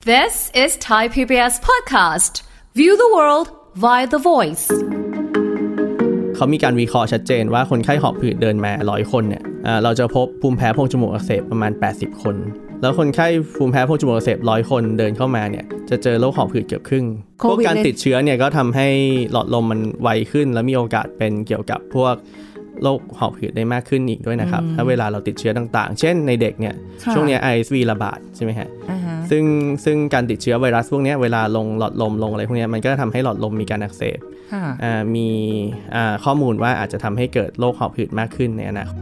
This is Thai PBS podcast. View the world via the voice. เขามีการวิเคราะห์ชัดเจนว่าคนไข้หอบหืดเดินมา100คนเนี่ยเราจะพบภูมิแพ้โพรงจมูกอักเสบประมาณ80คนแล้วคนไข้ภูมิแพ้โพรงจมูกอักเสบ100คนเดินเข้ามาเนี่ยจะเจอโรคหอบหืดเกือบครึ่งพวกการติดเชื้อเนี่ยก็ทำให้หลอดลมมันไวขึ้นแล้วมีโอกาสเป็นเกี่ยวกับพวกโรคหอบหืดได้มากขึ้นอีกด้วยนะครับถ้าเวลาเราติดเชื้อต่างๆเช่นในเด็กเนี่ยช่วงนี้ RSV ระบาดใช่ไหมฮะซึ่งการติดเชื้อไวรัสพวกนี้เวลาลงหลอดลมลงอะไรพวกนี้มันก็ทำให้หลอดลมมีการอักเสบมีข้อมูลว่าอาจจะทำให้เกิดโรคหอบหืดมากขึ้นในอนาคต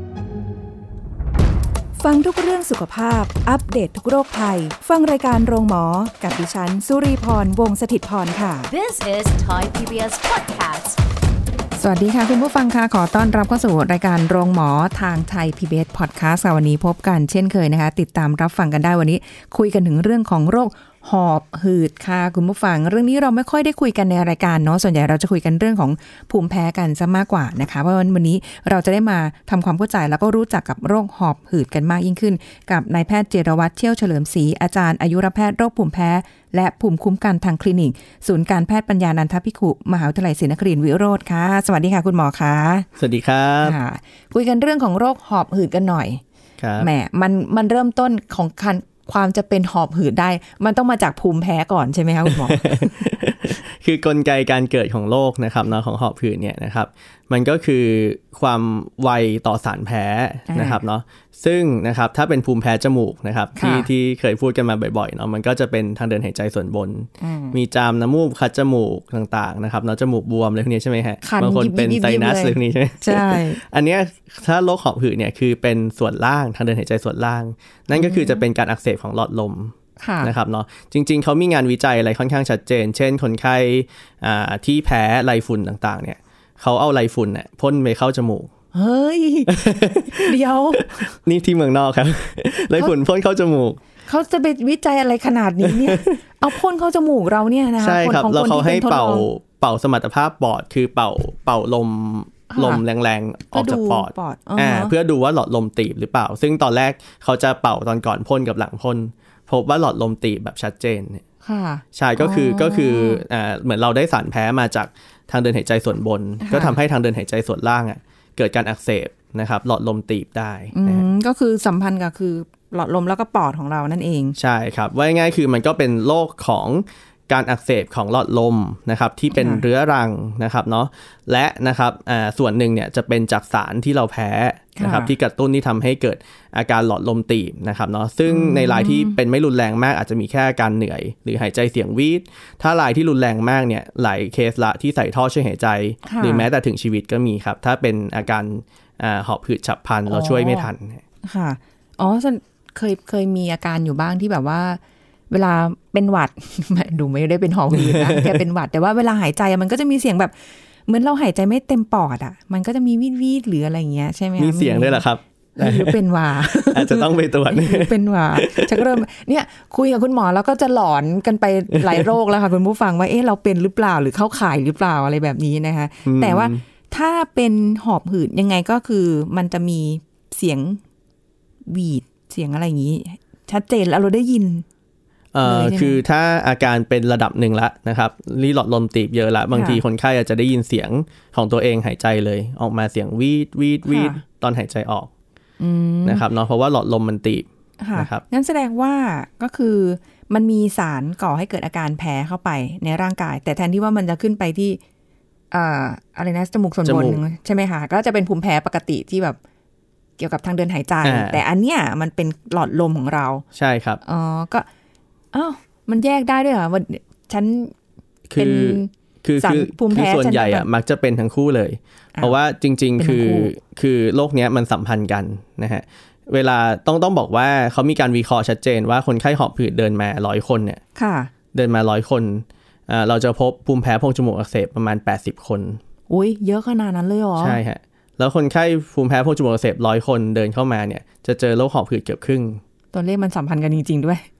ฟังทุกเรื่องสุขภาพอัปเดต ทุกโรคภัยฟังรายการโรงหมอกับดิฉันสุรีพรวงศ์สถิตย์พรค่ะ This is Thai PBS podcast. สวัสดีค่ะคุณผู้ฟังค่ะขอต้อนรับเข้าสู่รายการโรงหมอทางไทย PBS Podcast วันนี้พบกันเช่นเคยนะคะติดตามรับฟังกันได้วันนี้คุยกันถึงเรื่องของโรคหอบหืดค่ะคุณผู้ฟังเรื่องนี้เราไม่ค่อยได้คุยกันในรายการเนาะส่วนใหญ่เราจะคุยกันเรื่องของภูมิแพ้กันซะมากกว่านะคะเพราะวันนี้เราจะได้มาทำความเข้าใจแล้วก็รู้จักกับโรคหอบหืดกันมากยิ่งขึ้นกับนายแพทย์เจรวัฒน์เชี่ยวเฉลิมศรีอาจารย์อายุรแพทย์โรคภูมิแพ้และภูมิคุ้มกันทางคลินิกศูนย์การแพทย์ปัญญานันทภิกขุมหาวิทยาลัยศรีนครินทร์วิโรจน์ค่ะสวัสดีค่ะคุณหมอคะสวัสดีครับคุยกันเรื่องของโรคหอบหืดกันหน่อยแหมมันเริ่มต้นของความจะเป็นหอบหืดได้มันต้องมาจากภูมิแพ้ก่อนใช่ไหมคะคุณหมอคือกลไกการเกิดของโรคนะครับเนาะของหอบหืดเนี่ยนะครับมันก็คือความไวต่อสารแพ้นะครับเนาะซึ่งนะครับถ้าเป็นภูมิแพ้จมูกนะครับที่เคยพูดกันมาบ่อยๆเนาะมันก็จะเป็นทางเดินหายใจส่วนบนมีจามน้ำมูกคัดจมูกต่างๆนะครับเนาะจมูกบวมอะไรพวกนี้ใช่ไหมฮะบางคนเป็นไซนัสอะไรพวกนี้ใช่ไหมใช่อันเนี้ยถ้าโรคหอบหืดเนี่ยคือเป็นส่วนล่างทางเดินหายใจส่วนล่างนั่นก็คือจะเป็นการอักเสบของหลอดลมนะครับเนาะจริงๆเขามีงานวิจัยอะไรค่อนข้างชัดเจนเช่นคนไข้ที่แพ้ไรฝุ่นต่างๆเนี่ยเขาเอาไรฝุ่นเนี่ยพ่นไปเข้าจมูกเฮ้ย เดี๋ยวนี่ที่เมืองนอกครับไรฝุ่นพ่นเข้าจมูกเขาจะไปวิจัยอะไรขนาดนี้เนี่ย เอาพ่นเข้าจมูกเราเนี่ยนะคะใช่ครับแล้วเขาให้เป่าสมรรถภาพปอดคือเป่าลมแรงๆออกจากปอดเพื่อดูว่าหลอดลมตีบหรือเปล่าซึ่งตอนแรกเขาจะเป่าตอนก่อนพ่นกับหลังพ่นพบว่าหลอดลมตีบแบบชัดเจนใช่ก็คือเหมือนเราได้สารแพ้มาจากทางเดินหายใจส่วนบนก็ทำให้ทางเดินหายใจส่วนล่างเกิดการอักเสบนะครับหลอดลมตีบได้ก็คือสัมพันธ์กับคือหลอดลมแล้วก็ปอดของเรานั่นเองใช่ครับว่าง่ายๆคือมันก็เป็นโรคของการอักเสบของหลอดลมนะครับที่เป็นเรื้อรังนะครับเนาะและนะครับส่วนหนึ่งเนี่ยจะเป็นจากสารที่เราแพ้นะครับที่กระตุ้นที่ทำให้เกิดอาการหลอดลมตีบนะครับเนาะซึ่งในรายที่เป็นไม่รุนแรงมากอาจจะมีแค่อาการเหนื่อยหรือหายใจเสียงวีดถ้ารายที่รุนแรงมากเนี่ยหลายเคสละที่ใส่ท่อช่วยหายใจหรือแม้แต่ถึงชีวิตก็มีครับถ้าเป็นอาการหอบหืดฉับพลันเราช่วยไม่ทันค่ะอ๋อเคยมีอาการอยู่บ้างที่แบบว่าเวลาเป็นหวัดดูไม่ได้เป็นหอบหืดนะแค่เป็นหวัดแต่ว่าเวลาหายใจมันก็จะมีเสียงแบบเหมือนเราหายใจไม่เต็มปอดอ่ะมันก็จะมีวีดหรืออะไรอย่างเงี้ยใช่ไหมมีเสียงด้วยเหรอครับหรือเป็นหวัดอาจจะต้องไปตรวจเป็นหวัดชักเริ่มเนี่ยคุยกับคุณหมอแล้วก็จะหลอนกันไปหลายโรคแล้วค่ะคุณผู้ฟังว่าเราเป็นหรือเปล่าหรือเข้าข่ายหรือเปล่าอะไรแบบนี้นะคะแต่ว่าถ้าเป็นหอบหืดยังไงก็คือมันจะมีเสียงหวีดเสียงอะไรอย่างนี้ชัดเจนแล้วเราได้ยินคือถ้าอาการเป็นระดับหนึ่งละนะครับรีหลอดลมตีบเยอะละบางทีคนไข้อาจจะได้ยินเสียงของตัวเองหายใจเลยออกมาเสียงวีดตอนหายใจออกนะครับเนาะเพราะว่าหลอดลมมันตีบนะครับงั้นแสดงว่าก็คือมันมีสารก่อให้เกิดอาการแพ้เข้าไปในร่างกายแต่แทนที่ว่ามันจะขึ้นไปที่อะไรนะจมูกส่วนบนใช่ไหมคะก็จะเป็นภูมิแพ้ปกติที่แบบเกี่ยวกับทางเดินหายใจแต่อันเนี้ยมันเป็นหลอดลมของเราใช่ครับก็มันแยกได้ด้วยเหรอว่าฉันเป็นสารภูมิแพ้ส่วนใหญ่มักจะเป็นทั้งคู่เลยเพราะว่าจริงๆคือโรคเนี้ยมันสัมพันธ์กันนะฮะเวลาต้องบอกว่าเขามีการวิเคราะห์ชัดเจนว่าคนไข้หอบหืดเดินมา100คนเนี่ยเดินมา100คนเราจะพบภูมิแพ้โพรงจมูกอักเสบประมาณ80คนอุ๊ยเยอะขนาดนั้นเลยเหรอใช่ฮะแล้วคนไข้ภูมิแพ้โพรงจมูกอักเสบ100คนเดินเข้ามาเนี่ยจะเจอโรคหอบหืดเกือบครึ่งตัวเลขมันสัมพันธ์กันจริงๆด้วย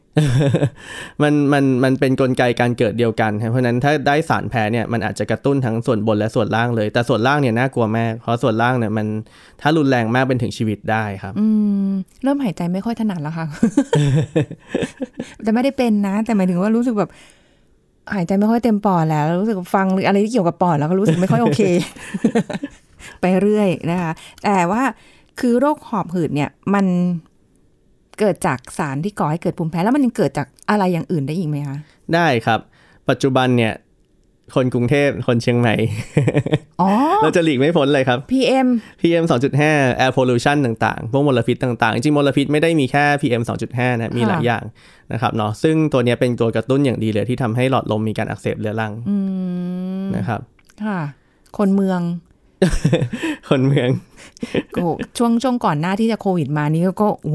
มันเป็นกลไกการเกิดเดียวกันเพราะนั้นถ้าได้สารแพ้เนี่ยมันอาจจะกระตุ้นทั้งส่วนบนและส่วนล่างเลยแต่ส่วนล่างเนี่ยน่ากลัวมากเพราะส่วนล่างเนี่ยมันถ้ารุนแรงมากเป็นถึงชีวิตได้ครับเริ่มหายใจไม่ค่อยถนัดแล้วค่ะ แต่ไม่ได้เป็นนะแต่หมายถึงว่ารู้สึกแบบหายใจไม่ค่อยเต็มปอดแล้วรู้สึกฟังอะไรที่เกี่ยวกับปอดแล้วก็รู้สึกไม่ค่อยโอเค ไปเรื่อยนะคะแต่ว่าคือโรคหอบหืดเนี่ยมันเกิดจากสารที่ก่อให้เกิดภูมิแพ้แล้วมันยังเกิดจากอะไรอย่างอื่นได้อีกไหมคะได้ครับปัจจุบันเนี่ยคนกรุงเทพคนเชียงใหม่ เราจะหลีกไม่พ้นเลยครับ PM 2.5 Air Pollution ต่างๆพวกมลพิษต่างๆจริงๆมลพิษไม่ได้มีแค่ PM 2.5 นะมีหลายอย่างนะครับเนาะซึ่งตัวนี้เป็นตัวกระตุ้นอย่างดีเลยที่ทำให้หลอดลมมีการอักเสบเรื้อรังนะครับค่ะคนเมืองคนเมืองช่วงก่อนหน้าที่จะโควิดมานี้ก็โอ้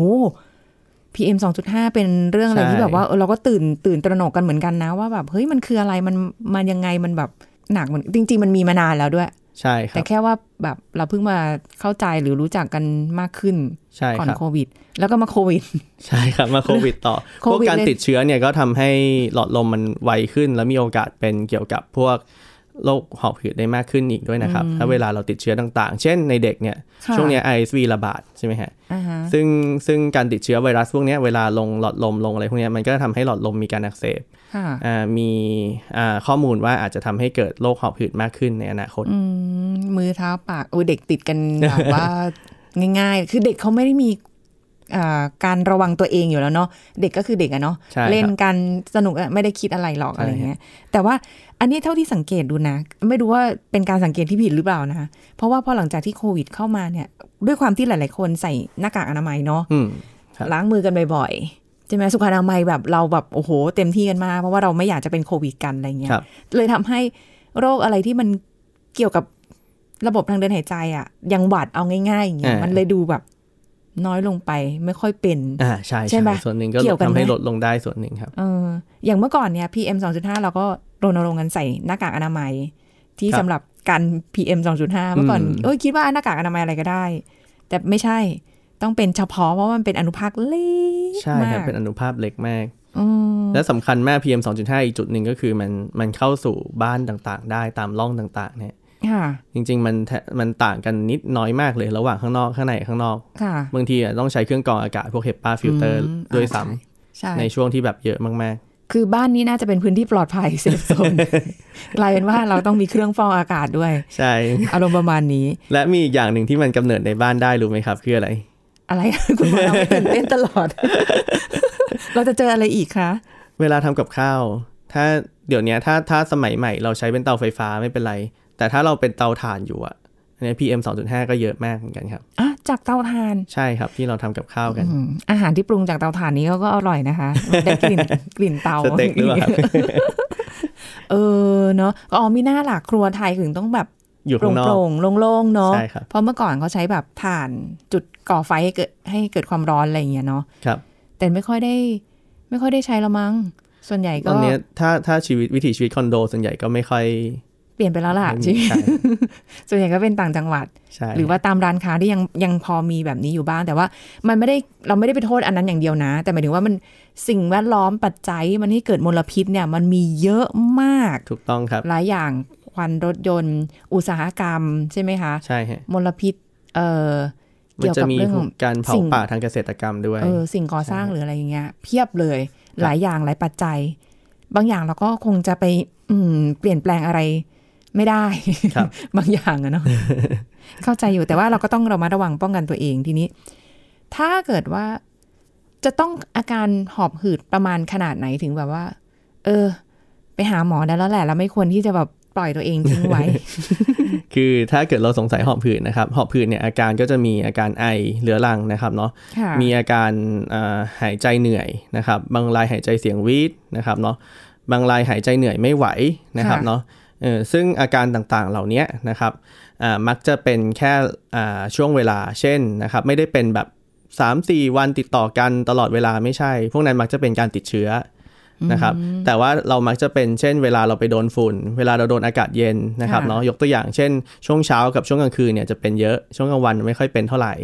PM 2.5 เป็นเรื่องอะไรที่แบบว่าเราก็ตื่นตระหนกกันเหมือนกันนะว่าแบบเฮ้ยมันคืออะไรมันยังไงมันแบบหนักเหมือนจริงๆมันมีมานานแล้วด้วยใช่ครับแต่แค่ว่าแบบเราเพิ่งมาเข้าใจหรือรู้จักกันมากขึ้นก่อนโควิดแล้วก็มาโควิดใช่ครับมาโควิดต่อพวกการติดเชื้อเนี่ยก็ทำให้หลอดลมมันไวขึ้นแล้วมีโอกาสเป็นเกี่ยวกับพวกโรคหอบหืดได้มากขึ้นอีกด้วยนะครับถ้าเวลาเราติดเชื้อต่างๆเช่นในเด็กเนี่ยช่วงนี้ RSV ระบาดใช่ไหมฮะซึ่งการติดเชื้อไวรัสพวกนี้เวลาลงหลอดลมลงอะไรพวกนี้มันก็ทำให้หลอดลมมีการอักเสบมีข้อมูลว่าอาจจะทำให้เกิดโรคหอบหืดมากขึ้นในอนาคตมือเท้าปากเด็กติดกันแบบว่าง่ายๆคือเด็กเขาไม่ได้มีการระวังตัวเองอยู่แล้วเนาะเด็กก็คือเด็กอะเนาะเล่นกันสนุกไม่ได้คิดอะไรหรอกอะไรเงี้ยแต่ว่าอันนี้เท่าที่สังเกตดูนะไม่รู้ว่าเป็นการสังเกตที่ผิดหรือเปล่านะเพราะว่าพอหลังจากที่โควิดเข้ามาเนี่ยด้วยความที่หลายๆคนใส่หน้ากากอนามัยเนาะล้างมือกันบ่อยๆใช่ไหมสุขอนามัยแบบเราแบบโอ้โหเต็มที่กันมากเพราะว่าเราไม่อยากจะเป็นโควิดกันอะไรเงี้ยเลยทำให้โรคอะไรที่มันเกี่ยวกับระบบทางเดินหายใจอะยังหวัดเอาง่ายๆอย่างเงี้ยมันเลยดูแบบน้อยลงไปไม่ค่อยเป็นใช่ใช่ส่วนหนึ่งก็ทำให้ลดลงได้ส่วนหนึ่งครับอย่างเมื่อก่อนเนี่ย PM 2.5 เราก็รณรงค์กันใส่หน้ากากอนามัยที่สำหรับกัน PM 2.5 เมื่อก่อนคิดว่าหน้ากากอนามัยอะไรก็ได้แต่ไม่ใช่ต้องเป็นเฉพาะเพราะมันเป็นอนุภาคเล็กใช่ครับเป็นอนุภาคเล็กมากและสำคัญมาก PM 2.5 อีกจุดหนึ่งก็คือมันเข้าสู่บ้านต่างๆได้ตามร่องต่างๆเนี่ยจริงๆมันต่างกันนิดน้อยมากเลยระหว่างข้างนอกข้างในข้างนอกบางทีต้องใช้เครื่องกรองอากาศพวก HEPA ฟิลเตอร์ด้วยซ้ำในช่วงที่แบบเยอะมากๆคือบ้านนี้น่าจะเป็นพื้นที่ปลอดภัยเซฟโซนกลายเป็นว่าเราต้องมีเครื่องฟอกอากาศด้วยใช่อารมณ์ประมาณนี้และมีอีกอย่างหนึ่งที่มันกำเนิดในบ้านได้รู้ไหมครับคืออะไรคุณหมอเราตื่นเต้นตลอด เราจะเจออะไรอีกคะเวลาทำกับข้าวถ้าเดี๋ยวนี้ถ้าสมัยใหม่เราใช้เป็นเตาไฟฟ้าไม่เป็นไรแต่ถ้าเราเป็นเตาถ่านอยู่อะใน PM 2.5 ก็เยอะมากเหมือนกันครับจากเตาถ่านใช่ครับที่เราทำกับข้าวกันอาหารที่ปรุงจากเตาถ่านนี้ก็อร่อยนะคะได้กลิ่นเตาสเต็กหรือเปล่าเนาะมีหน้าหลักครัวไทยถึงต้องแบบอยู่ข้างนอกโปร่งโล่งๆเนาะเพราะเมื่อก่อนเขาใช้แบบถ่านจุดก่อไฟให้เกิดความร้อนอะไรอย่างเงี้ยเนาะครับแต่ไม่ค่อยได้ใช้ละมั้งส่วนใหญ่ก็ตอนนี้ถ้าวิถีชีวิตคอนโดส่วนใหญ่ก็ไม่ค่อยเปลี่ยนไปแล้วล่ะจริงส่วนใหญ่ก็เป็นต่างจังหวัดหรือว่าตามร้านค้าที่ยังพอมีแบบนี้อยู่บ้างแต่ว่ามันเราไม่ได้ไปโทษอันนั้นอย่างเดียวนะแต่หมายถึงว่ามันสิ่งแวดล้อมปัจจัยมันให้เกิดมลพิษเนี่ยมันมีเยอะมากถูกต้องครับหลายอย่างควันรถยนต์อุตสาหกรรมใช่ไหมคะใช่ฮะมลพิษเกี่ยวกับเรื่องของการเผาป่าทางเกษตรกรรมด้วยสิ่งก่อสร้างหรืออะไรอย่างเงี้ยเพียบเลยหลายอย่างหลายปัจจัยบางอย่างเราก็คงจะไปเปลี่ยนแปลงอะไรไม่ได้ บางอย่างอะเนาะ เข้าใจอยู่แต่ว่าเราก็ต้องระมัดระวังป้องกันตัวเองทีนี้ถ้าเกิดว่าจะต้องอาการหอบหืดประมาณขนาดไหนถึงแบบว่าไปหาหมอได้แล้วแหละแล้วไม่ควรที่จะแบบปล่อยตัวเองทิ้งไว้คือถ้าเกิดเราสงสัยหอบหืดนะครับหอบหืดเนี่ยอาการก็จะมีอาการไอเรื้อรังนะครับเนาะมีอาการหายใจเหนื่อยนะครับบางรายหายใจเสียงวีดนะครับเนาะบางรายหายใจเหนื่อยไม่ไหวนะครับเนาะซึ่งอาการต่างๆเหล่านี้นะครับมักจะเป็นแค่ช่วงเวลาเช่นนะครับไม่ได้เป็นแบบ 3-4 วันติดต่อกันตลอดเวลาไม่ใช่พวกนั้นมักจะเป็นการติดเชื้อนะครับแต่ว่าเรามักจะเป็นเช่นเวลาเราไปโดนฝุ่นเวลาเราโดนอากาศเย็นนะครับเนาะยกตัวอย่างเช่นช่วงเช้ากับช่วงกลางคืนเนี่ยจะเป็นเยอะช่วงกลางวันไม่ค่อยเป็นเท่าไหร่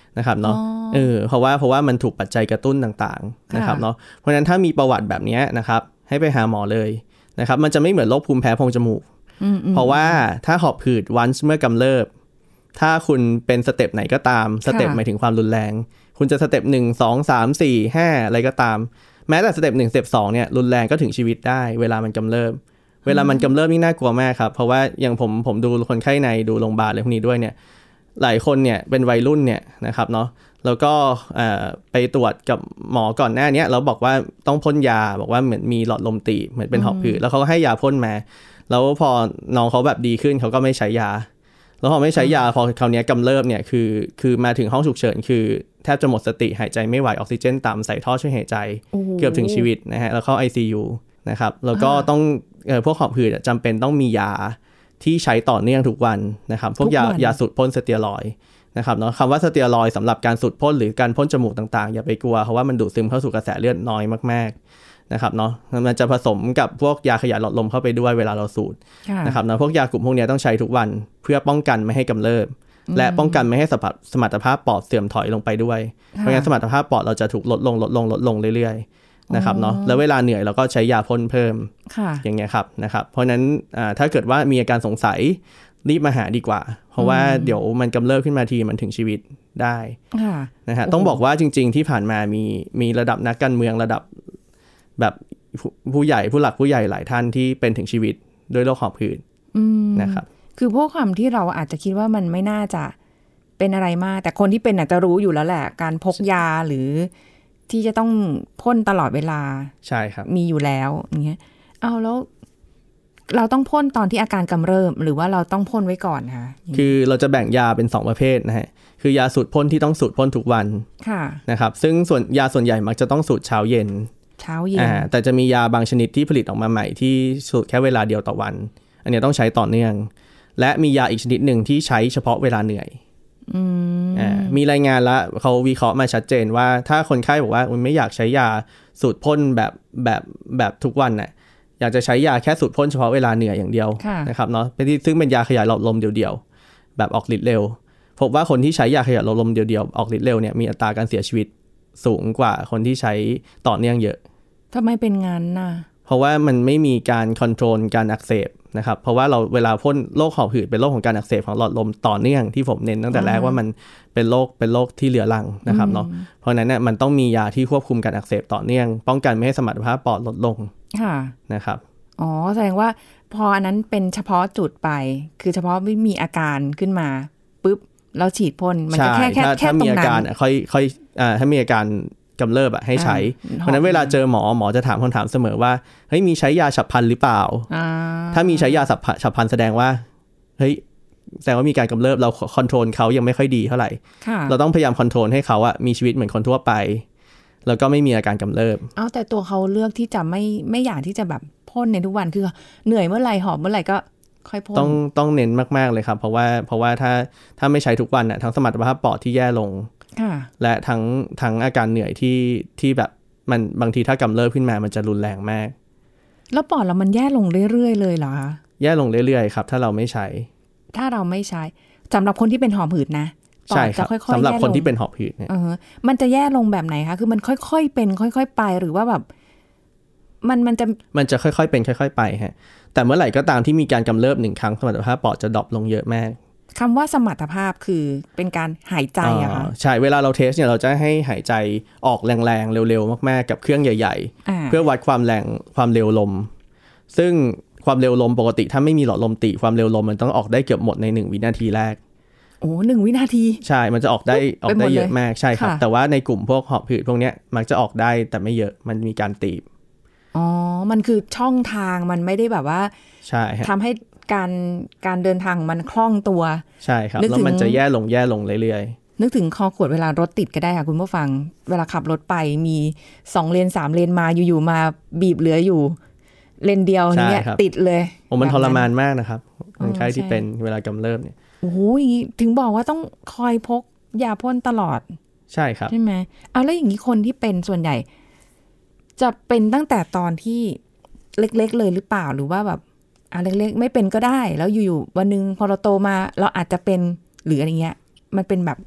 นะครับเนาะเพราะว่ามันถูกปัจจัยกระตุ้นต่างๆนะครับเนาะเพราะฉะนั้นถ้ามีประวัติแบบนี้นะครับให้ไปหาหมอเลยนะครับมันจะไม่เหมือนโรคภูมิแพ้โพรงจมูกเพราะว่าถ้าหอบหืดวันเมื่อกำเริบถ้าคุณเป็นสเต็ปไหนก็ตามสเต็ปหมายถึงความรุนแรงคุณจะสเต็ป1 2 3 4 5อะไรก็ตามแม้แต่สเต็ป1สเต็ป2เนี่ยรุนแรงก็ถึงชีวิตได้เวลามันกำเริบนี่น่ากลัวมากครับเพราะว่าอย่างผมดูคนไข้ในดูโรงพยาบาลอะไรพวกนี้ด้วยเนี่ยหลายคนเนี่ยเป็นวัยรุ่นเนี่ยนะครับเนาะแล้วก็ไปตรวจกับหมอก่อนหน้านี้แล้วบอกว่าต้องพ่นยาบอกว่าเหมือนมีหลอดลมตีบเหมือนเป็นหอบหืดแล้วเขาก็ให้ยาพ่นมาแล้วพอน้องเขาแบบดีขึ้นเขาก็ไม่ใช้ยาแล้วพอไม่ใช้ยาพอคราวนี้กำเริบเนี่ยคือมาถึงห้องฉุกเฉินคือแทบจะหมดสติหายใจไม่ไหวออกซิเจนต่ำใส่ท่อช่วยหายใจเกือบถึงชีวิตนะฮะแล้วเข้า ICU นะครับแล้วก็ต้องพวกหอบหืดจำเป็นต้องมียาที่ใช้ต่อเนื่องทุกวันนะครับพวกยาสูดพ่นสเตียรอยด์นะครับเนาะคำว่าสเตียรอยด์สำหรับการสูดพ่นหรือการพ่นจมูกต่างๆอย่าไปกลัวเพราะว่ามันดูดซึมเข้าสู่กระแสเลือดน้อยมากๆนะครับเนาะมันจะผสมกับพวกยาขยายหลอดลมเข้าไปด้วยเวลาเราสูดนะครับเนาะพวกยากลุ่มพวกนี้ต้องใช้ทุกวันเพื่อป้องกันไม่ให้กำเริบและป้องกันไม่ให้สมรรถภาพปอดเสื่อมถอยลงไปด้วยเพราะงั้นสมรรถภาพปอดเราจะถูกลดลงเรื่อยๆนะครับเนาะแล้วเวลาเหนื่อยเราก็ใช้ยาพ่นเพิ่มอย่างเงี้ยครับนะครับเพราะนั้นถ้าเกิดว่ามีอาการสงสัยรีบมาหาดีกว่าเพราะว่าเดี๋ยวมันกำเริบขึ้นมาทีมันถึงชีวิตได้นะฮะต้องบอกว่าจริงๆที่ผ่านมามีระดับนักการเมืองระดับแบบผู้ใหญ่ผู้หลักผู้ใหญ่หลายท่านที่เป็นถึงชีวิตด้วยโรคหอบหืดนะครับคือพวกความที่เราอาจจะคิดว่ามันไม่น่าจะเป็นอะไรมากแต่คนที่เป็นอาจจะรู้อยู่แล้วแหละการพกยาหรือที่จะต้องพ่นตลอดเวลาใช่ครับมีอยู่แล้วอย่างเงี้ยเอาแล้วเราต้องพ่นตอนที่อาการกำเริบหรือว่าเราต้องพ่นไว้ก่อนคะคือเราจะแบ่งยาเป็น2ประเภทนะฮะคือยาสูดพ่นที่ต้องสูดพ่นทุกวันนะครับซึ่งยาส่วนใหญ่มักจะต้องสูดเช้าเย็นแต่จะมียาบางชนิดที่ผลิตออกมาใหม่ที่สูดแค่เวลาเดียวต่อวันอันนี้ต้องใช้ต่อเนื่องและมียาอีกชนิดหนึ่งที่ใช้เฉพาะเวลาเหนื่อยมีรายงานแล้วเขาวิเคราะห์มาชัดเจนว่าถ้าคนไข้บอกว่าไม่อยากใช้ยาสูดพ่นแบบทุกวันน่ะอยากจะใช้ยาแค่สูดพ่นเฉพาะเวลาเหนื่อยอย่างเดียวนะครับเนาะซึ่งเป็นยาขยายหลอดลมเดียวๆแบบออกฤทธิ์เร็วพบว่าคนที่ใช้ยาขยายหลอดลมเดียวๆออกฤทธิ์เร็วเนี่ยมีอัตราการเสียชีวิตสูงกว่าคนที่ใช้ต่อเนื่องเยอะทำไมเป็นงั้นน่ะเพราะว่ามันไม่มีการคอนโทรลการอักเสบนะครับเพราะว่าเราเวลาพ่นโรคหอบหืดเป็นโรคของการอักเสบของหลอดลมต่อเนื่องที่ผมเน้นตั้งแต่แรกว่ามันเป็นโรคที่เรื้อรังนะครับเนาะเพราะนั้นเนี่ยมันต้องมียาที่ควบคุมการอักเสบต่อเนื่องป้องกันไม่ให้สมรรถภาพปอดลดลงนะครับอ๋อแสดงว่าพออันนั้นเป็นเฉพาะจุดไปคือเฉพาะไม่มีอาการขึ้นมาปุ๊บเราฉีดพ่นมันก็แค่ตรงนั้นถ้ามีอาการค่อยถ้ามีอาการกำเริบให้ใช้เพราะนั้นเวลาเจอหมอจะถามคำถามเสมอว่าเฮ้ยมีใช้ยาฉับพลันหรือเปล่าถ้ามีใช้ยาฉับพลันแสดงว่าเฮ้ยแสดงว่ามีการกำเริบเราคอนโทรลเขายังไม่ค่อยดีเท่าไหร่เราต้องพยายามคอนโทรลให้เขามีชีวิตเหมือนคนทั่วไปแล้วก็ไม่มีอาการกำเริบแต่ตัวเขาเลือกที่จะไม่อยากที่จะแบบพ่นในทุกวันคือเหนื่อยเมื่อไหร่หอบเมื่อไหร่ก็ค่อยพ่นต้องเน้นมากๆเลยครับเพราะว่าถ้าไม่ใช้ทุกวันน่ะทั้งสมรรถภาพปอดที่แย่ลงและทั้งอาการเหนื่อยที่แบบมันบางทีถ้ากำเริบขึ้นมามันจะรุนแรงมากแล้วปอดเรามันแย่ลงเรื่อยๆเลยเหรอคะแย่ลงเรื่อยๆครับถ้าเราไม่ใช้สำหรับคนที่เป็นหอบหืดนะใช่ครับสำหรับคนที่เป็นหอบหืดเนี่ยมันจะแย่ลงแบบไหนคะคือมันค่อยๆเป็นค่อยๆไปหรือว่าแบบมันจะค่อยๆเป็นค่อยๆไปฮะแต่เมื่อไหร่ก็ตามที่มีการกำเริบ1ครั้งสมรรถภาพปอดจะดรอปลงเยอะมากคำว่าสมรรถภาพคือเป็นการหายใจอะคะใช่เวลาเราเทสเนี่ยเราจะให้หายใจออกแรงๆเร็วๆมากๆกับเครื่องใหญ่ๆเพื่อวัดความเร็วลมซึ่งความเร็วลมปกติถ้าไม่มีหลอดลมตีความเร็วลมมันต้องออกได้เกือบหมดใน1วินาทีแรกโอ้1วินาทีใช่มันจะออกได้เยอะมากใช่ครับแต่ว่าในกลุ่มพวกหอบหืดพวกเนี้ยมักจะออกได้แต่ไม่เยอะมันมีการตีบมันคือช่องทางมันไม่ได้แบบว่าใช่ทำให้การเดินทางมันคล่องตัวใช่ครับแล้วมันจะแย่ลงเรื่อยๆนึกถึงคอขวดเวลารถติดก็ได้ค่ะคุณผู้ฟังเวลาขับรถไปมี2เลน3เลนมาอยู่ๆมาบีบเหลืออยู่เลนเดียวเนี่ยติดเลยมันทรมานมากนะครับคนไข้ที่เป็นเวลากำเริบเนี่ยโอ้โหอย่างนี้ถึงบอกว่าต้องคอยพกยาพ่นตลอดใช่ครับใช่ไหมเอาแล้วอย่างนี้คนที่เป็นส่วนใหญ่จะเป็นตั้งแต่ตอนที่เล็กๆเลยหรือเปล่าหรือว่าแบบเล็กๆไม่เป็นก็ได้แล้วอยู่ๆวันนึงพอเราโตมาเราอาจจะเป็นหรืออะไรเงี้ยมันเป็นแบบ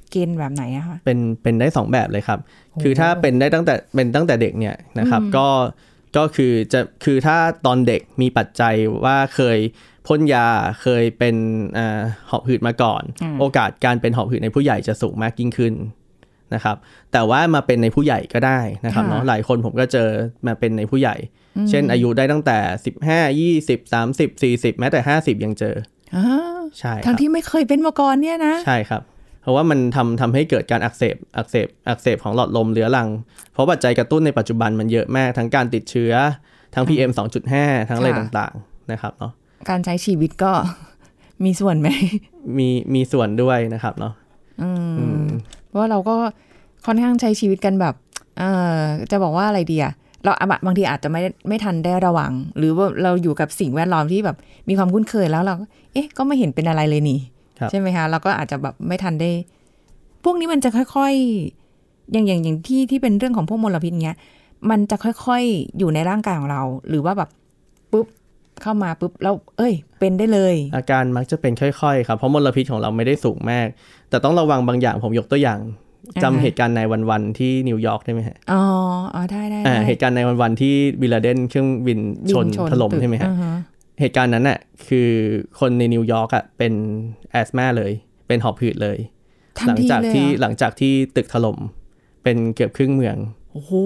เกณฑ์แบบไหนอะคะเป็นได้2แบบเลยครับคือถ้าเป็นได้ตั้งแต่เด็กเนี่ยนะครับก็คือถ้าตอนเด็กมีปัจจัยว่าเคยพ่นยาเคยเป็นหอบหืดมาก่อนโอกาสการเป็นหอบหืดในผู้ใหญ่จะสูงมากยิ่งขึ้นนะครับแต่ว่ามาเป็นในผู้ใหญ่ก็ได้นะครับเนาะหลายคนผมก็เจอมาเป็นในผู้ใหญ่เช่นอายุได้ตั้งแต่15 20 30 40แม้แต่50ยังเจอใช่ทั้งที่ไม่เคยเป็นมาก่อนเนี่ยนะใช่ครับเพราะว่ามันทำให้เกิดการอักเสบของหลอดลมเรื้อรังเพราะปัจจัยกระตุ้นในปัจจุบันมันเยอะมากทั้งการติดเชื้อทั้ง PM 2.5 ทั้งอะไรต่างๆนะครับเนาะการใช้ชีวิตก็มีส่วนไหมมีส่วนด้วยนะครับเนาะเพราะว่าเราก็ค่อนข้างใช้ชีวิตกันแบบจะบอกว่าอะไรดีอะเราบางทีอาจจะไม่ทันได้ระวังหรือว่าเราอยู่กับสิ่งแวดล้อมที่แบบมีความคุ้นเคยแล้วเราก็ไม่เห็นเป็นอะไรเลยนี่ใช่ไหมคะเราก็อาจจะแบบไม่ทันได้พวกนี้มันจะค่อยๆอย่างที่เป็นเรื่องของพวกมลพิษเงี้ยมันจะค่อยๆอยู่ในร่างกายของเราหรือว่าแบบปุ๊บเข้ามาปุ๊บแล้วเป็นได้เลยอาการมักจะเป็นค่อยๆครับเพราะมลพิษของเราไม่ได้สูงมากแต่ต้องระวังบางอย่างผมยกตัวอย่างจำเหตุการณ์ในวันที่นิวยอร์กได้ไหมฮะได้เหตุการณ์ในวันที่บิลลาเดนเครื่องบินชนถล่มใช่ไหมฮะเหตุการณ์นั้นน่ะคือคนในนิวยอร์กอ่ะเป็นแอสมาเลยเป็นหอบหืดเลยหลังจากที่ตึกถล่มเป็นเกือบครึ่งเมืองโอ้โห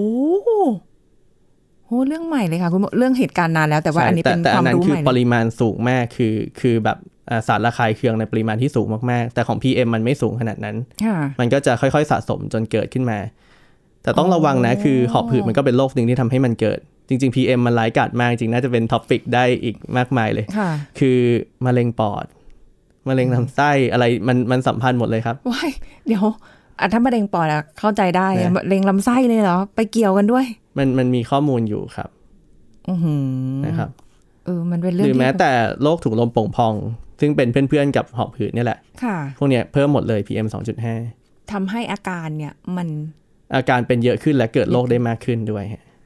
เรื่องใหม่เลยค่ะคุณเรื่องเหตุการณ์นานแล้วแต่ว่าอันนี้เป็นความรู้ใหม่คือปริมาณสูงมากคือแบบสารระคายเคืองในปริมาณที่สูงมากๆแต่ของ PM มันไม่สูงขนาดนั้นมันก็จะค่อยๆสะสมจนเกิดขึ้นมาแต่ต้องระวังนะคือหอบหืดมันก็เป็นโรคนึงที่ทำให้มันเกิดจริงๆ PM มันร้ายกาจมากจริงน่าจะเป็นท็อปิกได้อีกมากมายเลยคือมะเร็งปอดมะเร็งลำไส้อะไรมันสัมพันธ์หมดเลยครับว้ายเดี๋ยวถ้ามะเร็งปอดเข้าใจได้มะเร็งลำไส้เลยเหรอไปเกี่ยวกันด้วยมันมีข้อมูลอยู่ครับนะครับมันเป็นเรื่องหรือแม้แต่โรคถุงลมโป่งพองซึ่งเป็นเพื่อนๆกับหอบหืดนี่แหละพวกเนี้ยเพิ่มหมดเลย PM 2.5 ทำให้อาการเนี่ยมันอาการเป็นเยอะขึ้นและเกิดโรคได้มากขึ้นด้วย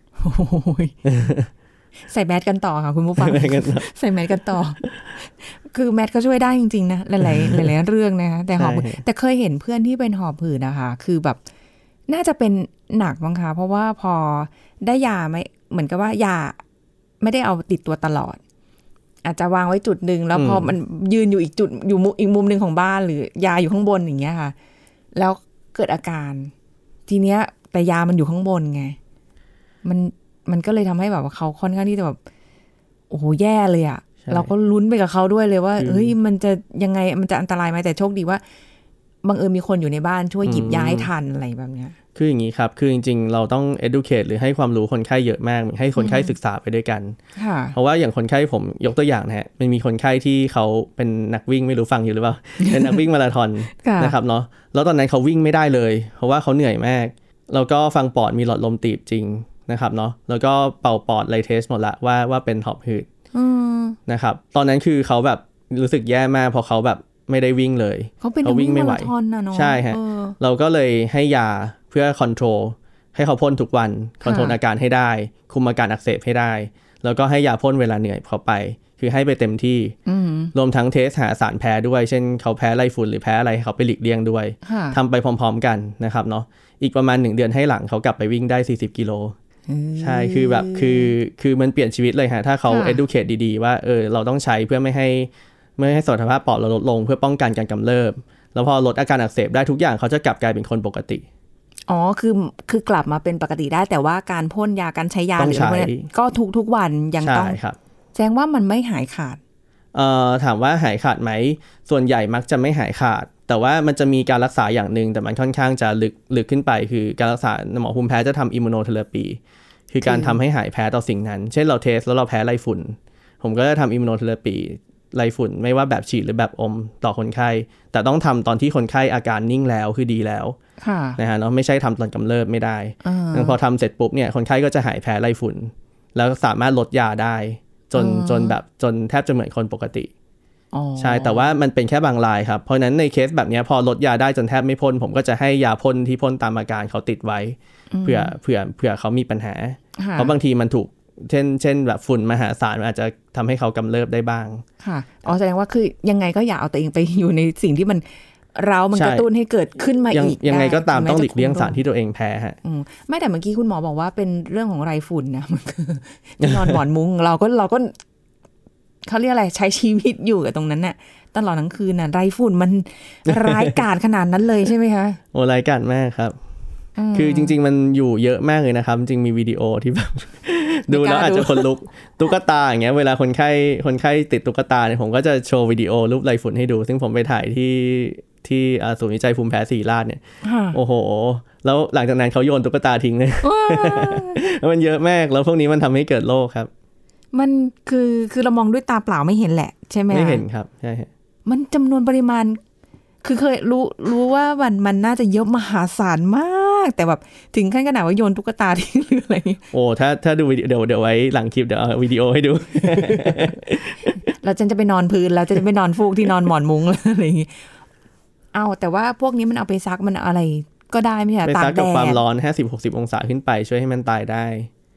ใส่แมสกันต่อค่ะคุณผู้ฟังใส่แมสกันต่อคือแมสก็ช่วยได้จริงๆนะหลายเรื่องนะคะแต่หอบแต่เคยเห็นเพื่อนที่เป็นหอบหืดนะคะคือแบบน่าจะเป็นหนักมั้งคะเพราะว่าพอได้ยาไม่เหมือนกับว่ายาไม่ได้เอาติดตัวตลอดอาจจะวางไว้จุดนึงแล้วพอมันยืนอยู่อีกจุดอยู่อีกมุมนึงของบ้านหรือยาอยู่ข้างบนอย่างเงี้ยค่ะแล้วเกิดอาการทีเนี้ยแต่ยามันอยู่ข้างบนไงมันก็เลยทำให้แบบว่าเขาค่อนข้างที่จะแบบโอ้โหแย่เลยอ่ะเราก็ลุ้นไปกับเขาด้วยเลยว่าเฮ้ยมันจะยังไงมันจะอันตรายไหมแต่โชคดีว่าบังเอิญมีคนอยู่ในบ้านช่วยหยิบยาให้ทันอะไรแบบเนี้ยคืออย่างนี้ครับคือจริงๆเราต้อง educate หรือให้ความรู้คนไข้เยอะมากให้คนไข้ศึกษาไปด้วยกันเพราะว่าอย่างคนไข้ผมยกตัวอย่างนะฮะมันมีคนไข้ที่เขาเป็นนักวิ่งไม่รู้ฟังอยู่หรือเปล่า เป็นนักวิ่งมาราธอนนะครับเนาะแล้วตอนนั้นเขาวิ่งไม่ได้เลยเพราะว่าเขาเหนื่อยมากแล้วก็ฟังปอดมีหลอดลมตีบจริงนะครับเนาะแล้วก็เป่าปอดไลเทสหมดละว่าเป็นหอบหืดนะครับตอนนั้นคือเขาแบบรู้สึกแย่มากเพราะเขาแบบไม่ได้วิ่งเลยเขาวิ่งไม่ไหวใช่ฮะเราก็เลยให้ยาเพื่อคอนโทรลให้เขาพ่นทุกวันคอนโทรลอาการให้ได้คุมอาการอักเสบให้ได้แล้วก็ให้ยาพ่นเวลาเหนื่อยเขาไปคือให้ไปเต็มที่รวมทั้งเทสหาสารแพ้ด้วยเช่นเขาแพ้ไรฝุ่นหรือแพ้อะไรเขาไปหลีกเลี่ยงด้วยทำไปพร้อมๆกันนะครับเนาะอีกประมาณ1 เดือนให้หลังเขากลับไปวิ่งได้40 กิโลใช่คือแบบคือมันเปลี่ยนชีวิตเลยฮะถ้าเขา educate ดีๆว่าเราต้องใช้เพื่อไม่ให้สมรรถภาพปอดเราลดลงเพื่อป้องกันการกำเริบแล้วพอลดอาการอักเสบได้ทุกอย่างเขาจะกลับกลายเป็นคนปกติคือกลับมาเป็นปกติได้แต่ว่าการพ่นยาการใช้ยาหรืออะไรก็ทุกวันยังต้องแสดงว่ามันไม่หายขาดถามว่าหายขาดไหมส่วนใหญ่มักจะไม่หายขาดแต่ว่ามันจะมีการรักษาอย่างนึงแต่มันค่อนข้างจะลึกขึ้นไปคือการรักษาหมอภูมิแพ้จะทำอิมมูโนเทอราปีคือการทำให้หายแพ้ต่อสิ่งนั้นเช่นเราเทสแล้วเราแพ้ไรฝุ่นผมก็จะทำอิมมูโนเทอราปีไรฝุ่นไม่ว่าแบบฉีดหรือแบบอมต่อคนไข้แต่ต้องทำตอนที่คนไข้อาการนิ่งแล้วคือดีแล้วนะฮะเนาะไม่ใช่ทำตอนกำเริบไม่ได้พอทำเสร็จปุ๊บเนี่ยคนไข้ก็จะหายแพ้ไรฝุ่นแล้วสามารถลดยาได้จนแทบจะเหมือนคนปกติใช่แต่ว่ามันเป็นแค่บางรายครับเพราะนั้นในเคสแบบนี้พอลดยาได้จนแทบไม่พ่นผมก็จะให้ยาพ่นที่พ่นตามอาการเขาติดไว้เผื่อเขามีปัญหาเพราะบางทีมันถูกเช่นแบบฝุ่นมหาศาลอาจจะทำให้เขากำเริบได้บ้างค่ะแสดงว่าคือยังไงก็อย่าเอาตัวเองไปอยู่ในสิ่งที่มันเรามันกระตุ้นให้เกิดขึ้นมาอีกยังไงก็ตามต้องหลีกเลี่ยงสารที่ตัวเองแพ้ฮะไม่แต่เมื่อกี้คุณหมอบอกว่าเป็นเรื่องของไรฝุ่นนะมันคือนอนหมอนมุ้งเราก็เขาเรียกอะไรใช้ชีวิตอยู่กับตรงนั้นน่ะตลอดทั้งคืนน่ะไรฝุ่นมันร้ายกาจขนาดนั้นเลยใช่ไหมคะโอ้ร้ายกาจมากครับคือจริงๆมันอยู่เยอะมากเลยนะครับจริงมีวิดีโอที่แบบดูแล้วอาจจะขนลุกตุ๊กตาอย่างเงี้ยเวลาคนไข้ติดตุ๊กตาเนี่ยผมก็จะโชว์วิดีโอรูปไรฝุ่นให้ดูซึ่งผมไปถ่ายที่ศูนย์วิจัยภูมิแพ้ศิริราชเนี่ยโอ้โหแล้วหลังจากนั้นเขาโยนตุ๊กตาทิ้งเลยแล้วมันเยอะมากแล้วพวกนี้มันทำให้เกิดโรคครับมันคือเรามองด้วยตาเปล่าไม่เห็นแหละใช่ไหมไม่เห็นครับใช่มันจำนวนปริมาณคือเคยรู้ว่ามันน่าจะเยอะมหาศาลมากแต่แบบถึงขั้นขนาดว่าโยนตุ๊กตาทิ้งหรืออะไรโอ้ถ้าดูวิดีโอเดี๋ยวไว้หลังคลิปเดี๋ยวเอาวิดีโอให้ดูเราจะไปนอนพื้นเราจะไปนอนฟูกที่นอนหมอนมุ้งอะไรอย่างงี้เอาแต่ว่าพวกนี้มันเอาไปซักมันอะไรก็ได้ไม่ใช่ตากแดดไปซักกับความร้อน 50-60 องศาขึ้นไปช่วยให้มันตายได้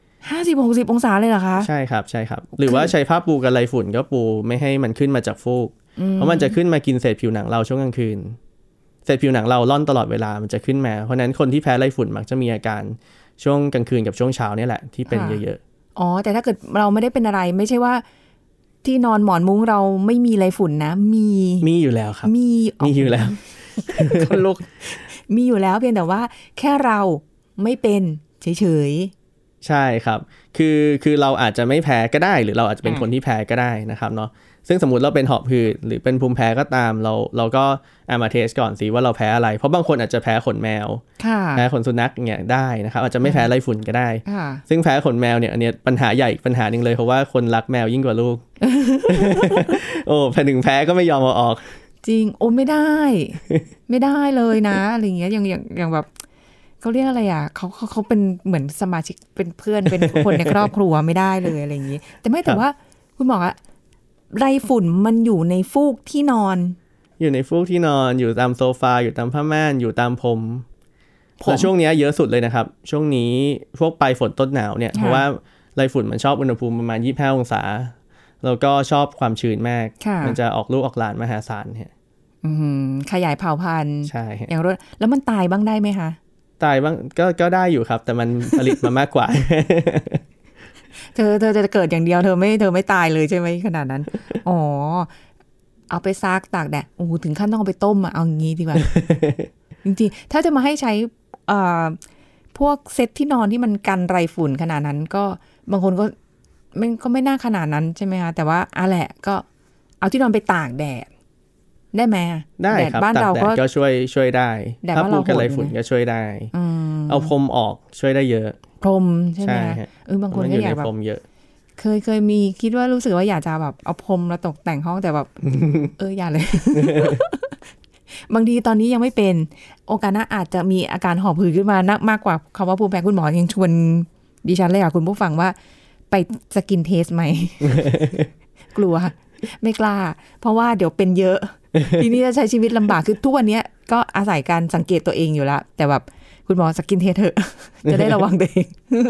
50-60 องศาเลยเหรอคะใช่ครับใช่ครับหรือว่าใช้ผ้าปูกันไรฝุ่นก็ปูไม่ให้มันขึ้นมาจากฟูกเพราะมันจะขึ้นมากินเศษผิวหนังเราช่วงกลางคืนเศษผิวหนังเราล่อนตลอดเวลามันจะขึ้นมาเพราะนั้นคนที่แพ้ไรฝุ่นมักจะมีอาการช่วงกลางคืนกับช่วงเช้านี่แหละที่เป็นเยอะๆอ๋อแต่ถ้าเกิดเราไม่ได้เป็นอะไรไม่ใช่ว่าที่นอนหมอนมุ้งเราไม่มีไรฝุ่นนะมีอยู่แล้วครับมีอยู่แล้วคนลุกมีอยู่แล้วเพียงแต่ว่าแค่เราไม่เป็นเฉยๆใช่ครับคือเราอาจจะไม่แพ้ก็ได้หรือเราอาจจะเป็นคนที่แพ้ก็ได้นะครับเนาะซึ่งสมมุติเราเป็นหอบหืดหรือเป็นภูมิแพ้ก็ตามเราก็มาเทสก่อนสิว่าเราแพ้อะไรเพราะบางคนอาจจะแพ้ขนแมวแพ้ขนสุนัขอย่างเงี้ยได้นะครับอาจจะไม่แพ้ไรฝุ่นก็ได้ซึ่งแพ้ขนแมวเนี่ยอันเนี้ยปัญหาใหญ่ปัญหานึงเลยเพราะว่าคนรักแมวยิ่งกว่าลูก โอ้พอถึงแพ้ก็ไม่ยอมเอาออกจริงโอ้ไม่ได้เลยนะอะไรเงี้ยอย่างแบบเขาเรียกอะไรอ่ะเขาเป็นเหมือนสมาชิกเป็นเพื่อนเป็นคนในครอบครัวไม่ได้เลยอะไรอย่างงี้แต่ว่าคุณหมออะไรฝุ่นมันอยู่ในฟูกที่นอนอยู่ในฟูกที่นอนอยู่ตามโซฟาอยู่ตามผ้าม่านอยู่ตามพรมแต่ช่วงนี้เยอะสุดเลยนะครับช่วงนี้พวกปลายฝนต้นหนาวเนี่ยเพราะว่าไรฝุ่นมันชอบอุณหภูมิประมาณ25องศาแล้วก็ชอบความชื้นมากมันจะออกลูกออกหลานมหาศาลเนี่ยขยายเผ่าพันธุ์ใช่อย่างรวดแล้วมันตายบ้างได้ไหมคะตายบ้างก็ได้อยู่ครับแต่มันผลิตมามากกว่าเธอจะเกิดอย่างเดียวเธอไม่ตายเลยใช่ไหมขนาดนั้นอ๋อเอาไปซักตากแดดโอ้ถึงขั้นต้องเอาไปต้มอ่ะเอางี้ดีกว่า จริงๆถ้าจะมาให้ใช้พวกเซ็ตที่นอนที่มันกันไรฝุ่นขนาดนั้นก็บางคนก็ไม่น่าขนาดนั้นใช่ไหมคะแต่ว่าแหละก็เอาที่นอนไปตากแดดได้ไหมได้ครับบ้านเราก็ช่วยได้ถ้าปูกันไรฝุ่นก็ช่วยได้เอาพรมออกช่วยได้เยอะพรมใช่ไหมบางคนก็อยากแบบเคยมีคิดว่ารู้สึกว่าอยากจะแบบเอาพรมแล้วตกแต่งห้องแต่แบบอย่าเลย บางทีตอนนี้ยังไม่เป็นโอกาสหน้าอาจจะมีอาการหอบหืดขึ้นมามากกว่าคำว่าภูมิแพ้คุณหมอยังชวนดิฉันเลยคุณผู้ฟังว่าไปสกินเทสไหม กลัวไม่กล้าเพราะว่าเดี๋ยวเป็นเยอะ ทีนี้จะใช้ชีวิตลำบากคือทุกวันนี้ก็อาศัยการสังเกตตัวเองอยู่แล้วแต่แบบคุณหมอสกินเทสเถอะ จะได้ระวังตัวเอง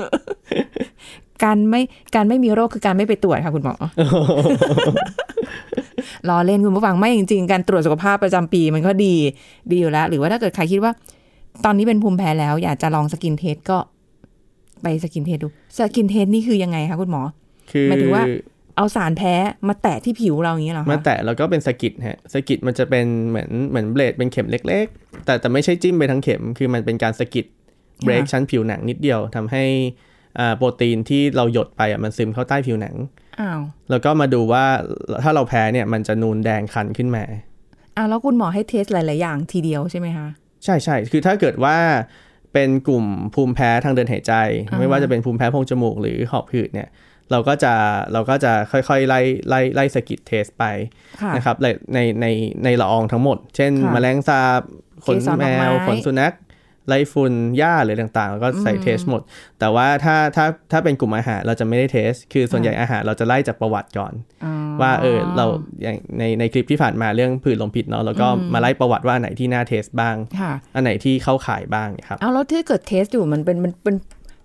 การไม่มีโรคคือการไม่ไปตรวจค่ะคุณหมอ รอเล่นคุณผู้ฟังไม่จริงๆการตรวจสุขภาพประจำปีมันก็ดีอยู่แล้วหรือว่าถ้าเกิดใครคิดว่าตอนนี้เป็นภูมิแพ้แล้วอยากจะลองสกินเทสก็ไปสกินเทสดูสกินเทสนี่คือยังไงคะคุณหมอหมายถึงว่าเอาสารแพ้มาแตะที่ผิวเราอย่างนี้เหรอคะมาแตะแล้วก็เป็นสกิดฮะสกิดมันจะเป็นเหมือนเบลดเป็นเข็มเล็กๆแต่ไม่ใช่จิ้มไปทั้งเข็มคือมันเป็นการสกิดเบรกชั้นผิวหนังนิดเดียวทำให้โปรตีนที่เราหยดไปมันซึมเข้าใต้ผิวหนังแล้วก็มาดูว่าถ้าเราแพ้เนี่ยมันจะนูนแดงคันขึ้นมาแล้วคุณหมอให้เทสหลายๆอย่างทีเดียวใช่ไหมคะใช่คือถ้าเกิดว่าเป็นกลุ่มภูมิแพ้ทางเดินหายใจไม่ว่าจะเป็นภูมิแพ้โพรงจมูกหรือหอบหืดเนี่ยเราก็จะค่อยๆไล่สกิดเทสไปนะครับในละอองทั้งหมดเช่นแมลงสาบขนแมวขนสุนัขไล่ฝุ่นหญ้าหรือต่างๆแล้วก็ใส่เทสหมดแต่ว่าถ้าเป็นกลุ่มอาหารเราจะไม่ได้เทสคือส่วนใหญ่อาหารเราจะไล่จากประวัติก่อนว่าเราอย่างในคลิปที่ผ่านมาเรื่องผื่นลมพิษเนาะแล้วก็มาไล่ประวัติว่าอันไหนที่น่าเทสบ้างอันไหนที่เข้าข่ายบ้างครับแล้วถ้าเกิดเทสอยู่มันเป็น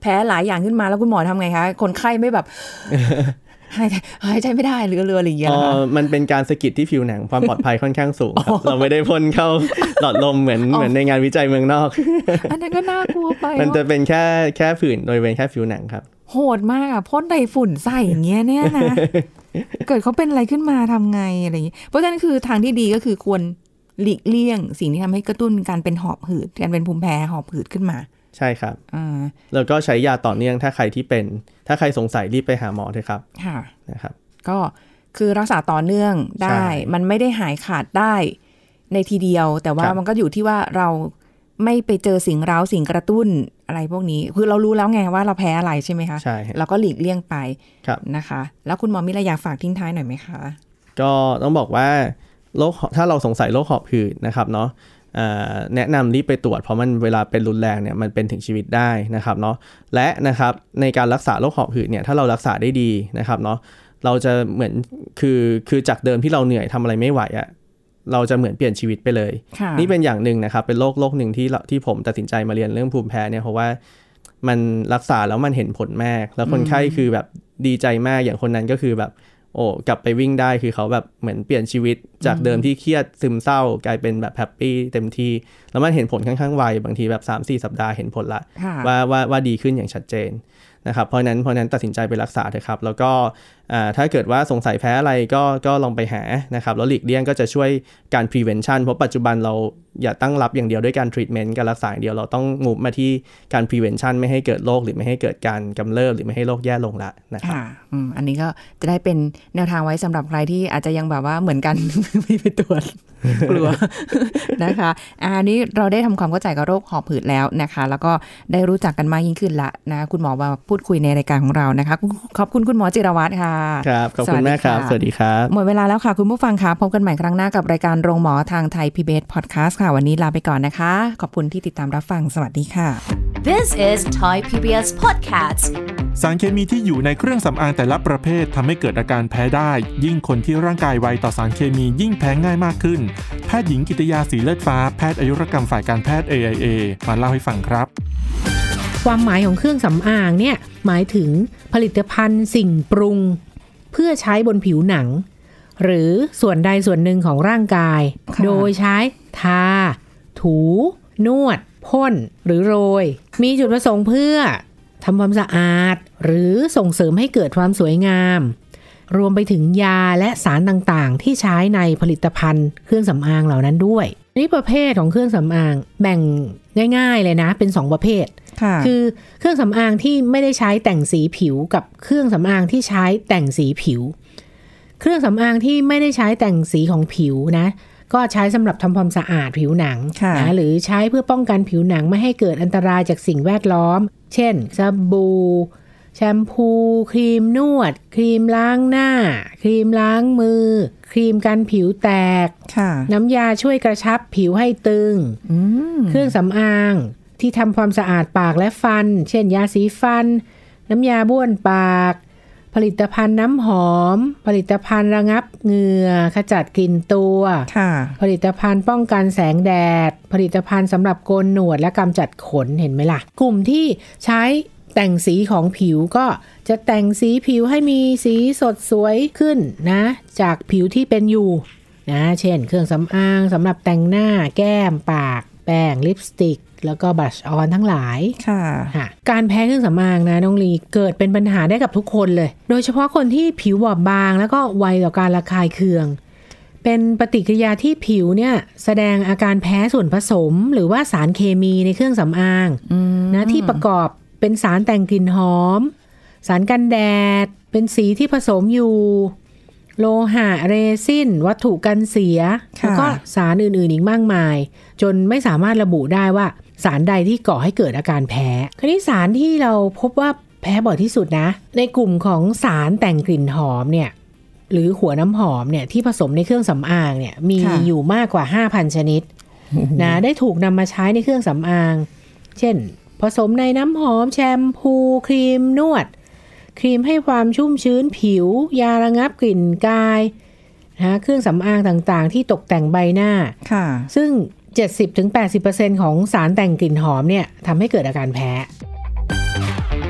แพ้หลายอย่างขึ้นมาแล้วคุณหมอทำไงคะคนไข้ไม่แบบ หายใจไม่ได้เรืออะไรอย่างเงี้ยนะคะมันเป็นการสะกิดที่ผิวหนังความปลอดภัยค่อนข้างสูงครับเราไม่ได้พ่นเข้าหลอดลมเหมือนในงานวิจัยเมืองนอกอันนั้นก็น่ากลัวไปมันจะเป็นแค่ผื่นโดยเป็นแค่ผิวหนังครับโหดมากพ่นไดฝุ่นใส่อย่างเงี้ยเนี่ยนะ เกิดเขาเป็นอะไรขึ้นมาทำไงอะไรอย่างเงี้ยเพราะฉะนั้นคือทางที่ดีก็คือควรหลีกเลี่ยงสิ่งที่ทำให้กระตุ้นการเป็นหอบหืดการเป็นภูมิแพ้หอบหืดขึ้นมาใช่ครับแล้วก็ใช้ยาต่อเนื่องถ้าใครสงสัยรีบไปหาหมอเถอะครับค่ะนะครับก็คือรักษาต่อเนื่องได้มันไม่ได้หายขาดได้ในทีเดียวแต่ว่ามันก็อยู่ที่ว่าเราไม่ไปเจอสิ่งเร้าสิ่งกระตุ้นอะไรพวกนี้คือเรารู้แล้วไงว่าเราแพ้อะไรใช่ไหมคะใช่เราก็หลีกเลี่ยงไปนะคะแล้วคุณหมอมีอะไรอยากฝากทิ้งท้ายหน่อยไหมคะก็ต้องบอกว่าถ้าเราสงสัยโรคหอบหืดนะครับเนาะแนะนำรีบไปตรวจเพราะมันเวลาเป็นรุนแรงเนี่ยมันเป็นถึงชีวิตได้นะครับเนาะและนะครับในการรักษาโรคหอบหืดเนี่ยถ้าเรารักษาได้ดีนะครับเนาะเราจะเหมือนคือจากเดิมที่เราเหนื่อยทำอะไรไม่ไหวอะเราจะเหมือนเปลี่ยนชีวิตไปเลยนี่เป็นอย่างหนึ่งนะครับเป็นโรคหนึ่งที่ผมตัดสินใจมาเรียนเรื่องภูมิแพ้เนี่ยเพราะว่ามันรักษาแล้วมันเห็นผลมากแล้วคนไข้คือแบบดีใจมากอย่างคนนั้นก็คือแบบโอ้กลับไปวิ่งได้คือเขาแบบเหมือนเปลี่ยนชีวิตจากเดิมที่เครียดซึมเศร้ากลายเป็นแบบแฮปปี้เต็มที่แล้วมันเห็นผลค่อนข้างไวบางทีแบบ 3-4 สัปดาห์เห็นผลละว่าดีขึ้นอย่างชัดเจนนะครับเพราะนั้นตัดสินใจไปรักษาเถอะครับแล้วก็ถ้าเกิดว่าสงสัยแพ้อะไรก็ลองไปหานะครับแล้วหลีกเลี่ยงก็จะช่วยการ prevention เพราะปัจจุบันเราอย่าตั้งรับอย่างเดียวด้วยการ treatment การรักษาอย่างเดียวเราต้องมุ่งมาที่การ prevention ไม่ให้เกิดโรคหรือไม่ให้เกิดการกำเริบหรือไม่ให้โรคแย่ลงละนะครับอันนี้ก็จะได้เป็นแนวทางไว้สำหรับใครที่อาจจะยังแบบว่าเหมือนกัน ไม่ไปตรวจกลัวนะคะอันนี้เราได้ทำความเข้าใจกับโรคหอบหืดแล้วนะคะแล้วก็ได้รู้จักกันมากยิ่งขึ้นละนะคุณหมอมาพูดคุยในรายการของเรานะคะขอบคุณคุณหมอจิรวัฒน์ค่ะครับขอบคุณมากครับสวัสดีครับหมดเวลาแล้วค่ะคุณผู้ฟังค่ะพบกันใหม่ครั้งหน้ากับรายการโรงหมอทางไทย PBS Podcast ค่ะวันนี้ลาไปก่อนนะคะขอบคุณที่ติดตามรับฟังสวัสดีค่ะ This is Thai PBS Podcast สารเคมีที่อยู่ในเครื่องสำอางแต่ละประเภททำให้เกิดอาการแพ้ได้ยิ่งคนที่ร่างกายไวต่อสารเคมียิ่งแพ้ง่ายมากขึ้นแพทย์หญิงกิตยาสีเลือดฟ้าแพทย์อายุรกรรมฝ่ายการแพทย์ AIA มาเล่าให้ฟังครับความหมายของเครื่องสำอางเนี่ยหมายถึงผลิตภัณฑ์สิ่งปรุงเพื่อใช้บนผิวหนังหรือส่วนใดส่วนหนึ่งของร่างกายโดยใช้ทาถูนวดพ่นหรือโรยมีจุดประสงค์เพื่อทำความสะอาดหรือส่งเสริมให้เกิดความสวยงามรวมไปถึงยาและสารต่างๆที่ใช้ในผลิตภัณฑ์เครื่องสำอางเหล่านั้นด้วยนี่ประเภทของเครื่องสำอางแบ่งง่ายๆเลยนะเป็น2ประเภทคือเครื่องสำอางที่ไม่ได้ใช้แต่งสีผิวกับเครื่องสำอางที่ใช้แต่งสีผิวเครื่องสำอางที่ไม่ได้ใช้แต่งสีของผิวนะก็ใช้สำหรับทำความสะอาดผิวหนังนะหรือใช้เพื่อป้องกันผิวหนังไม่ให้เกิดอันตรายจากสิ่งแวดล้อมเช่นสบู่แชมพูครีมนวดครีมล้างหน้าครีมล้างมือครีมกันผิวแตกน้ำยาช่วยกระชับผิวให้ตึงเครื่องสำอางที่ทำความสะอาดปากและฟันเช่นยาสีฟันน้ำยาบ้วนปากผลิตภัณฑ์น้ำหอมผลิตภัณฑ์ระงับเหงื่อขจัดกลิ่นตัวผลิตภัณฑ์ป้องกันแสงแดดผลิตภัณฑ์สำหรับโกนหนวดและกำจัดขนเห็นไหมล่ะกลุ่มที่ใช้แต่งสีของผิวก็จะแต่งสีผิวให้มีสีสดสวยขึ้นนะจากผิวที่เป็นอยู่นะเช่นเครื่องสำอางสำหรับแต่งหน้าแก้มปากแป้งลิปสติกแล้วก็บลัชออนทั้งหลายค่ะการแพ้เครื่องสำอางนะน้องลีเกิดเป็นปัญหาได้กับทุกคนเลยโดยเฉพาะคนที่ผิวบอบบางแล้วก็ไวต่อการระคายเคืองเป็นปฏิกิริยาที่ผิวเนี่ยแสดงอาการแพ้ส่วนผสมหรือว่าสารเคมีในเครื่องสำอางนะที่ประกอบเป็นสารแต่งกลิ่นหอมสารกันแดดเป็นสีที่ผสมอยู่โลหะเรซินวัตถุกันเสียแล้วก็สารอื่นๆอีกมากมายจนไม่สามารถระบุได้ว่าสารใดที่ก่อให้เกิดอาการแพ้คราวนี้สารที่เราพบว่าแพ้บ่อยที่สุดนะในกลุ่มของสารแต่งกลิ่นหอมเนี่ยหรือหัวน้ำหอมเนี่ยที่ผสมในเครื่องสำอางเนี่ยมีอยู่มากกว่า 5,000 ชนิดนะได้ถูกนำมาใช้ในเครื่องสำอางเช่นผสมในน้ำหอมแชมพูครีมนวดครีมให้ความชุ่มชื้นผิวยาระงับกลิ่นกายนะเครื่องสำอางต่างๆที่ตกแต่งใบหน้าซึ่ง 70-80% ของสารแต่งกลิ่นหอมเนี่ยทำให้เกิดอาการแพ้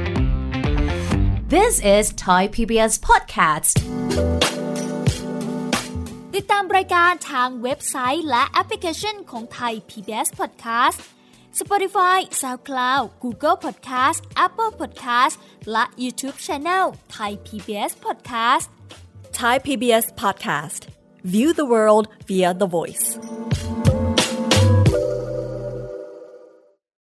This is Thai PBS Podcast ติดตามรายการทางเว็บไซต์และแอปพลิเคชันของ Thai PBS Podcast Spotify, SoundCloud, Google Podcast, Apple Podcast และ YouTube Channel Thai PBS Podcast Thai PBS Podcast. View the world via the voice.